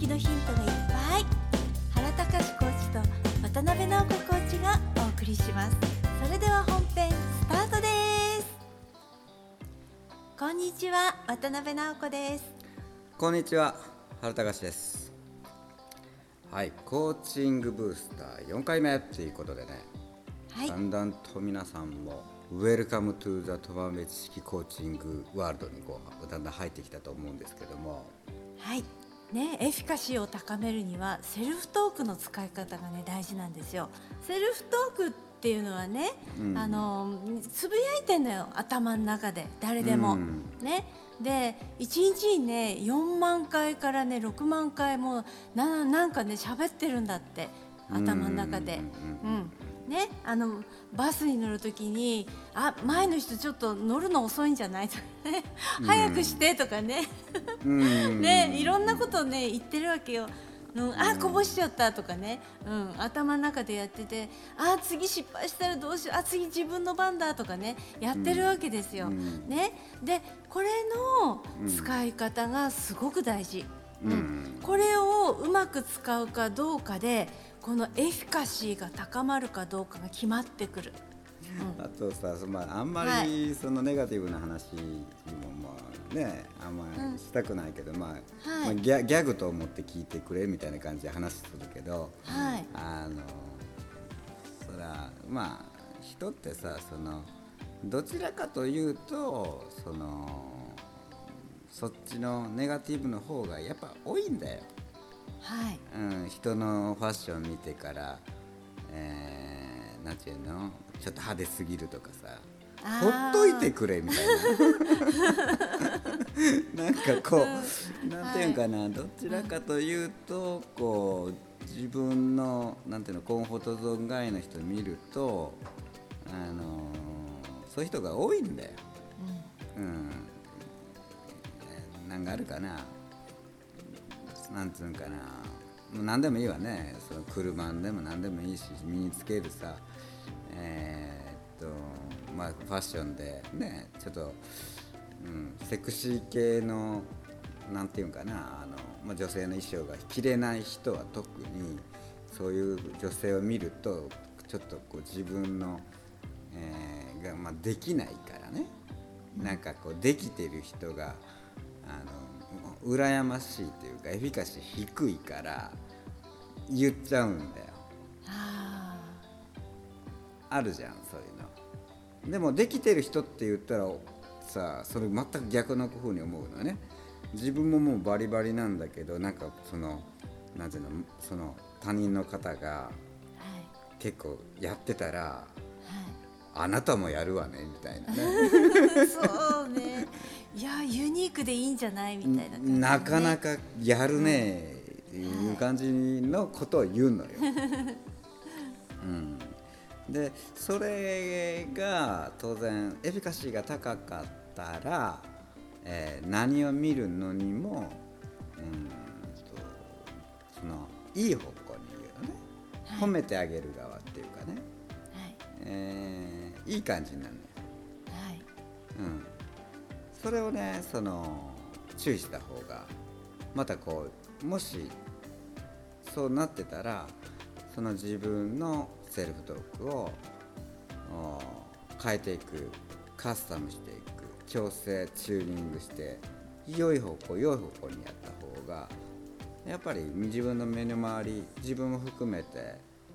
きのヒントがいっぱい。原隆コーチと渡辺直子コーチがお送りします。それでは本編スタートです。こんにちは、渡辺直子です。 こんにちは、原隆です。はい、コーチングブースター4回目ということでね、 はい、 だんだんと皆さんもウェルカムトゥザトマメ知識コーチングワールドにだんだん入ってきたと思うんですけども、 はいね、エフィカシーを高めるにはセルフトークの使い方がね大事なんですよ。セルフトークっていうのはね、つぶやいてんのよ、頭の中で誰でも、ね。で1日にね4万回からね6万回もなんかね喋ってるんだって、頭の中で。ね、バスに乗るときに前の人ちょっと乗るの遅いんじゃないとかね早くしてとかねね、いろんなことをね言ってるわけよ。こぼしちゃったとかね、頭の中でやってて、次失敗したらどうしよう、次自分の番だとかねやってるわけですよ、ね。でこれの使い方がすごく大事、これをうまく使うかどうかでこのエフィカシーが高まるかどうかが決まってくる。 あとさ、あんまりそのネガティブな話にもあんまりしたくないけど、ギャグと思って聞いてくれみたいな感じで話するけど、そら人ってさ、どちらかというとそっちのネガティブの方がやっぱ多いんだよ。人のファッション見てから、なんていうの、ちょっと派手すぎるとかさ、ほっといてくれみたいななんかこう、なんていうかな、どちらかというとこう自分のなんていうのコンフォートゾーン外の人を見ると、そういう人が多いんだよ。なんかあるかな、なんつうんかな、もう何でもいいわね。その車でも何でもいいし、身につけるさ、ファッションでね、ちょっと、セクシー系のなんていうんかな、女性の衣装が着れない人は特にそういう女性を見るとちょっとこう自分の、ができないからね、なんかこうできてる人が羨ましいというか、エフィカシー低いから言っちゃうんだよ。あるじゃん、そういうの。でもできてる人って言ったらさ、それ全く逆の風に思うのね。自分ももうバリバリなんだけど、なんかなんていうの、その他人の方が結構やってたら、あなたもやるわねみたいなねそうね、いやユニークでいいんじゃないみたいな感じで、 なかなかやるねっていう感じのことを言うのよ。でそれが当然エフィカシーが高かったら、何を見るのにもいい方向に言うのね、褒めてあげる側っていうかね、いい感じになるのよ。それをね、注意した方が、またこうもしそうなってたら、その自分のセルフトークを変えていく、カスタムしていく、調整チューニングして良い方向にやった方が、やっぱり自分の身の回り、自分も含めて、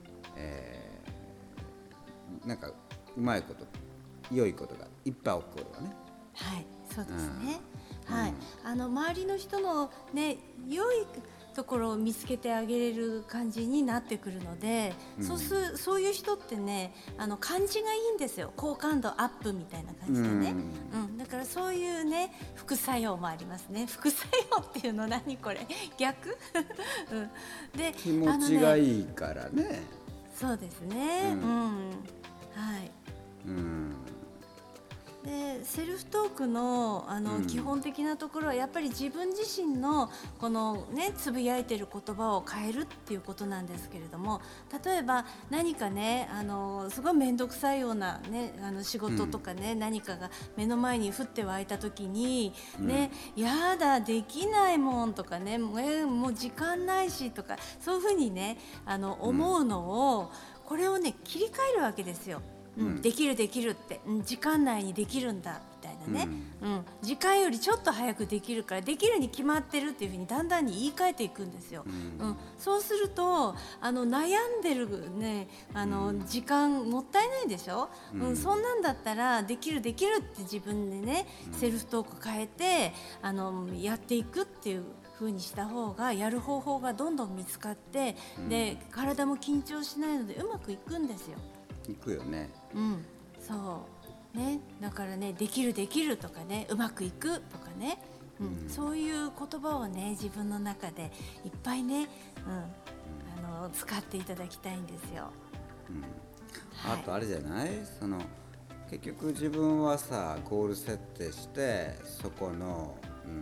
なんかうまいこと、良いことがいっぱい起こるわね。 そうですね。周りの人のね、良いところを見つけてあげれる感じになってくるので、そういう人ってね、感じがいいんですよ。好感度アップみたいな感じでね、だからそういうね副作用もありますね。副作用っていうの何これ逆で気持ちがいいからね。 そうですね。 でセルフトークの、基本的なところはやっぱり自分自身のこのねつぶやいてる言葉を変えるっていうことなんですけれども、例えば何かねすごい面倒くさいようなね仕事とかね、何かが目の前に降って湧いた時に、ねやだできないもんとかねもう時間ないしとかそういうふうにね思うのを、これをね切り替えるわけですよ。できるできるって、時間内にできるんだみたいなね、時間よりちょっと早くできるからできるに決まってるっていうふうにだんだんに言い換えていくんですよ。そうすると悩んでる、ね、時間もったいないでしょ、そんなんだったらできるできるって自分でね、セルフトーク変えてやっていくっていう風にした方がやる方法がどんどん見つかって、で体も緊張しないのでうまくいくんですよ。 いくよね。 そうね、だからねできるできるとかねうまくいくとかね、そういう言葉をね自分の中でいっぱいね、使っていただきたいんですよ。 あとあれじゃない、結局自分はさゴール設定してそこの、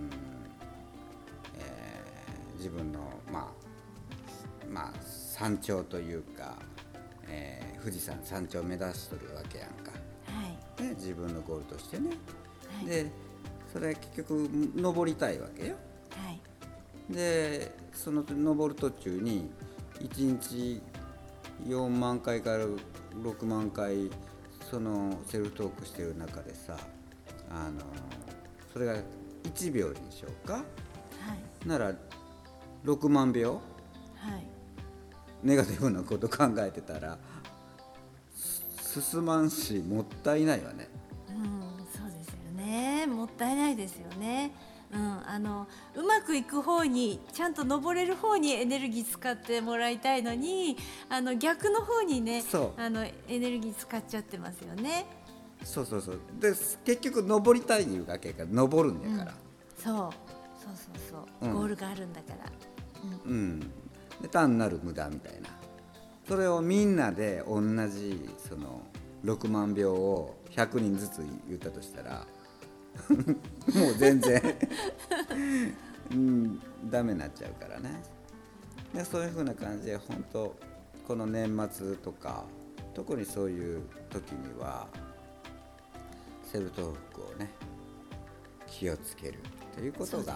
自分のまあ山頂というか、富士山山頂を目指しとるわけやんか、ね、自分のゴールとしてね、でそれ結局登りたいわけよ、でその登る途中に1日4万回から6万回そのセルフトークしてる中でさ、それが1秒にしようか、なら6万秒、ネガティブなこと考えてたら進まんしもったいないわね。 そうですよね、もったいないですよね。うまくいく方にちゃんと登れる方にエネルギー使ってもらいたいのに逆の方にねエネルギー使っちゃってますよね。 そうで結局登りたいいうわけから登るんだから、 そう、ゴールがあるんだから、 で単なる無駄みたいな、それをみんなで同じその6万秒を100人ずつ言ったとしたらもう全然ダメになっちゃうからね。でそういう風な感じで本当この年末とか特にそういう時にはセルフトークをね気をつけるということが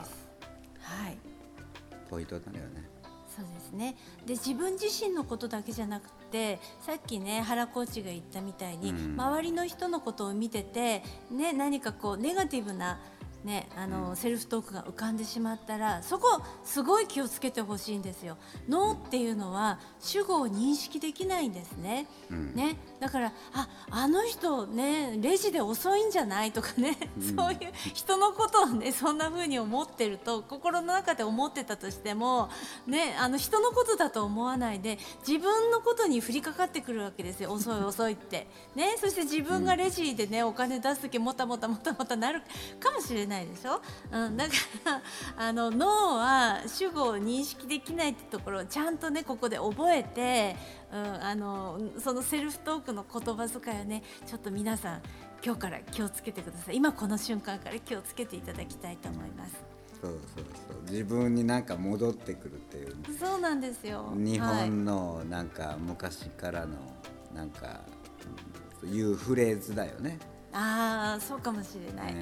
ポイントだよね。 そうですね。で自分自身のことだけじゃなくて、さっきね原コーチが言ったみたいに、周りの人のことを見てて、ね、何かこうネガティブな、ね、セルフトークが浮かんでしまったらそこすごい気をつけてほしいんですよ。脳っていうのは主語を認識できないんですね。だからあの人ねレジで遅いんじゃないとかね、そういう人のことをねそんな風に思ってると、心の中で思ってたとしても、ね、人のことだと思わないで自分のことに降りかかってくるわけですよ。遅い遅いって、ね、そして自分がレジでねお金出すときもたもたなるかもしれないでしょ。だから脳は主語を認識できないってところをちゃんとねここで覚えて、そのセルフトークの言葉遣いをねちょっと皆さん今日から気をつけてください。今この瞬間から気をつけていただきたいと思います。 そう自分になんか戻ってくるっていう、 そうなんですよ。 日本のなんか昔からのなんかいうフレーズだよね。 そうかもしれない、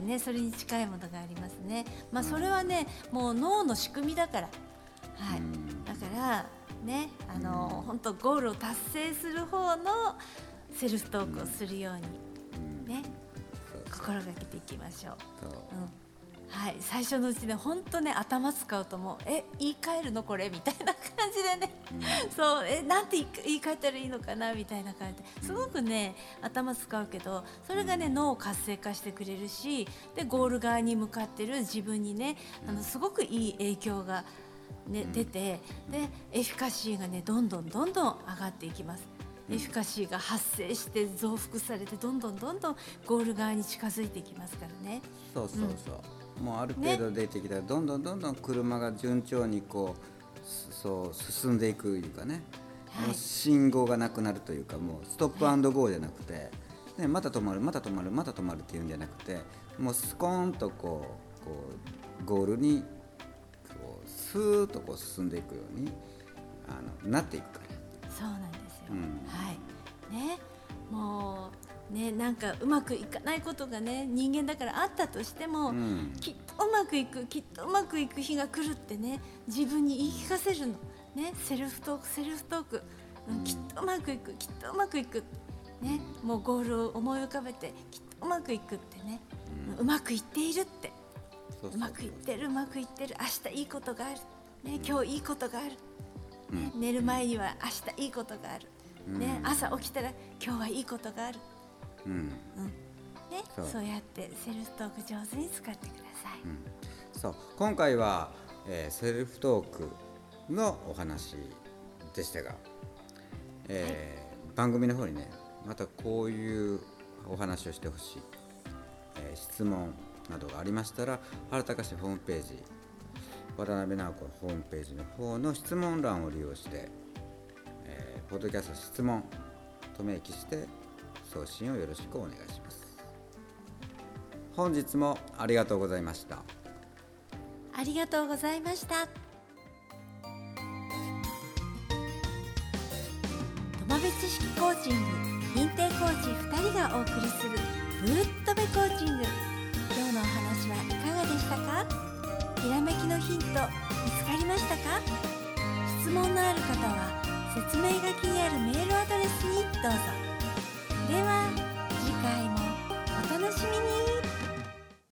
ね、それに近いものがありますね。それはねもう脳の仕組みだから、だからね本当ゴールを達成する方のセルフトークをするように、ね、心がけていきましょう。最初のうちね本当ね頭使うともう言い換えるのこれみたいな感じでね、そうなんて言い換えたらいいのかなみたいな感じですごくね頭使うけど、それがね脳を活性化してくれるし、でゴール側に向かってる自分にねすごくいい影響が、ね、出て、でエフィカシーがねどんどん上がっていきます。エフィカシーが発生して増幅されてどんどんゴール側に近づいていきますからね。 もうある程度出てきたら、どんどん車が順調にこうそう進んでいくいうかね、もう信号がなくなるというか、もうストップアンドゴーじゃなくて、 ね、また止まるまた止まるまた止まるっていうんじゃなくて、もうスコーンとゴールにスーッと進んでいくようになっていくから。 そうなんですよ、はいね、もうね、なんかうまくいかないことがね、人間だからあったとしても、きっとうまくいくきっとうまくいく日が来るってね、自分に言い聞かせるのね。セルフトークきっとうまくいくきっとうまくいくね、もうゴールを思い浮かべてきっとうまくいくってね、うまくいっているって、うまくいってる明日いいことがある、ね、今日いいことがある、ね、寝る前には明日いいことがある、ね、朝起きたら今日はいいことがある、ね、そうやってセルフトーク上手に使ってください。 そう、今回は、セルフトークのお話でしたが、番組の方にね、またこういうお話をしてほしい、質問などがありましたら、原隆ホームページ、渡辺直子のホームページの方の質問欄を利用して、ポッドキャスト質問と明記して送信をよろしくお願いします。本日もありがとうございました。 ありがとうございました。苫部知識コーチング認定コーチ2人がお送りするぶっとべコーチング、今日のお話はいかがでしたか？ひらめきのヒント見つかりましたか？質問のある方は説明書きにあるメールアドレスにどうぞ。では次回もお楽しみに。